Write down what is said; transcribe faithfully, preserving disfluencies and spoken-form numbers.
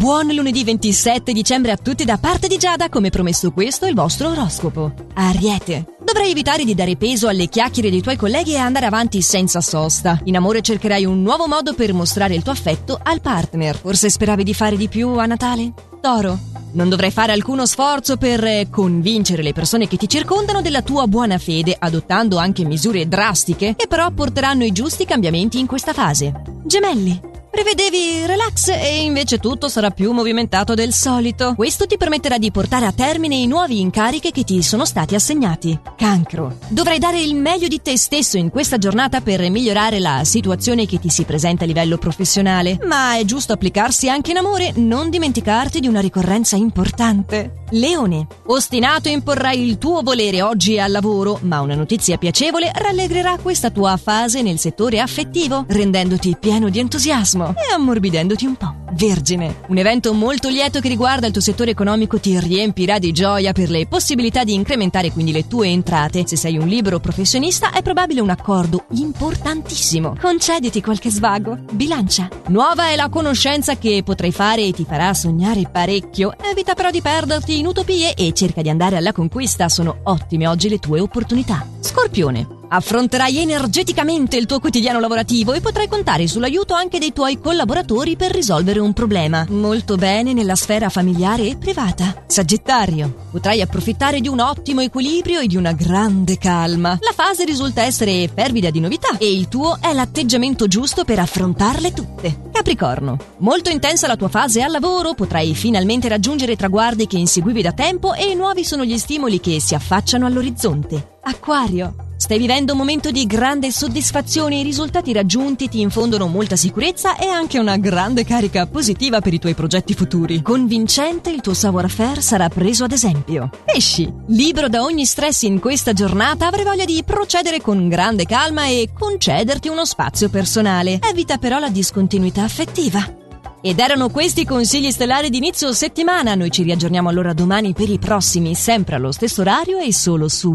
Buon lunedì ventisette dicembre a tutti da parte di Giada, come promesso questo è il vostro oroscopo. Ariete. Dovrai evitare di dare peso alle chiacchiere dei tuoi colleghi e andare avanti senza sosta. In amore cercherai un nuovo modo per mostrare il tuo affetto al partner. Forse speravi di fare di più a Natale? Toro. Non dovrai fare alcuno sforzo per eh, convincere le persone che ti circondano della tua buona fede, adottando anche misure drastiche che però porteranno i giusti cambiamenti in questa fase. Gemelli. Prevedevi relax e invece tutto sarà più movimentato del solito. Questo ti permetterà di portare a termine i nuovi incarichi che ti sono stati assegnati. Cancro. Dovrai dare il meglio di te stesso in questa giornata per migliorare la situazione che ti si presenta a livello professionale. Ma è giusto applicarsi anche in amore, non dimenticarti di una ricorrenza importante. Leone. Ostinato imporrai il tuo volere oggi al lavoro, ma una notizia piacevole rallegrerà questa tua fase nel settore affettivo, rendendoti pieno di entusiasmo e ammorbidendoti un po'. Vergine. Un evento molto lieto che riguarda il tuo settore economico ti riempirà di gioia per le possibilità di incrementare quindi le tue entrate. Se sei un libero professionista è probabile un accordo importantissimo. Concediti qualche svago. Bilancia. Nuova è la conoscenza che potrai fare e ti farà sognare parecchio. Evita però di perderti in utopie e cerca di andare alla conquista. Sono ottime oggi le tue opportunità. Scorpione. Affronterai energeticamente il tuo quotidiano lavorativo e potrai contare sull'aiuto anche dei tuoi collaboratori per risolvere un problema. Molto bene nella sfera familiare e privata. Sagittario. Potrai approfittare di un ottimo equilibrio e di una grande calma. La fase risulta essere fervida di novità e il tuo è l'atteggiamento giusto per affrontarle tutte. Capricorno. Molto intensa la tua fase al lavoro, potrai finalmente raggiungere traguardi che inseguivi da tempo e nuovi sono gli stimoli che si affacciano all'orizzonte. Acquario. Stai vivendo un momento di grande soddisfazione, i risultati raggiunti ti infondono molta sicurezza e anche una grande carica positiva per i tuoi progetti futuri. Convincente il tuo savoir-faire sarà preso ad esempio. Pesci. Libero da ogni stress in questa giornata, avrai voglia di procedere con grande calma e concederti uno spazio personale. Evita però la discontinuità affettiva. Ed erano questi i consigli stellari di inizio settimana. Noi ci riaggiorniamo allora domani per i prossimi, sempre allo stesso orario e solo su